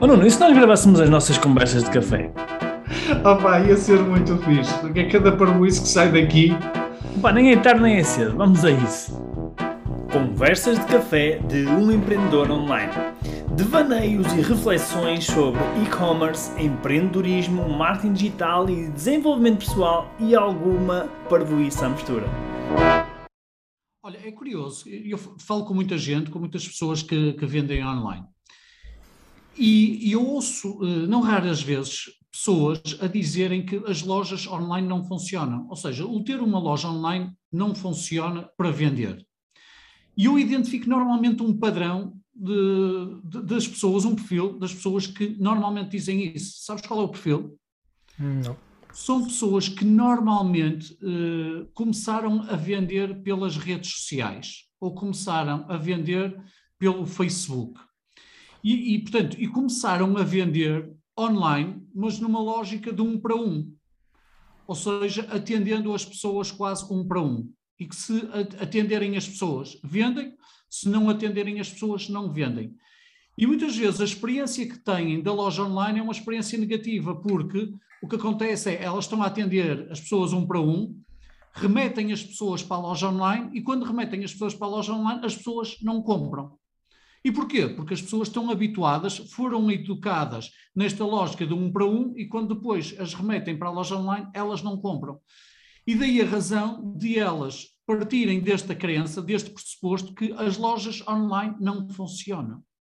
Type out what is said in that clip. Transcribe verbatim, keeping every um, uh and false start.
Oh Nuno, e se nós gravássemos as nossas conversas de café? Opa, ia ser muito fixe, porque é cada parboice que sai daqui. Pá, nem é tarde nem é cedo, vamos a isso. Conversas de café de um empreendedor online. Devaneios e reflexões sobre e-commerce, empreendedorismo, marketing digital e desenvolvimento pessoal e alguma parvoíce à mistura. Olha, é curioso, eu falo com muita gente, com muitas pessoas que, que vendem online. E, e eu ouço, não raras vezes, pessoas a dizerem que as lojas online não funcionam. Ou seja, o ter uma loja online não funciona para vender. E eu identifico normalmente um padrão de, de, das pessoas, um perfil das pessoas que normalmente dizem isso. Sabes qual é o perfil? Não. São pessoas que normalmente eh, começaram a vender pelas redes sociais ou começaram a vender pelo Facebook. E, e, portanto, e começaram a vender online, mas numa lógica de um para um. Ou seja, atendendo as pessoas quase um para um. E que se atenderem as pessoas, vendem, se não atenderem as pessoas, não vendem. E muitas vezes a experiência que têm da loja online é uma experiência negativa, porque o que acontece é elas estão a atender as pessoas um para um, remetem as pessoas para a loja online e quando remetem as pessoas para a loja online, as pessoas não compram. E porquê? Porque as pessoas estão habituadas, foram educadas nesta lógica de um para um e quando depois as remetem para a loja online, elas não compram. E daí a razão de elas partirem desta crença, deste pressuposto que as lojas online não funcionam.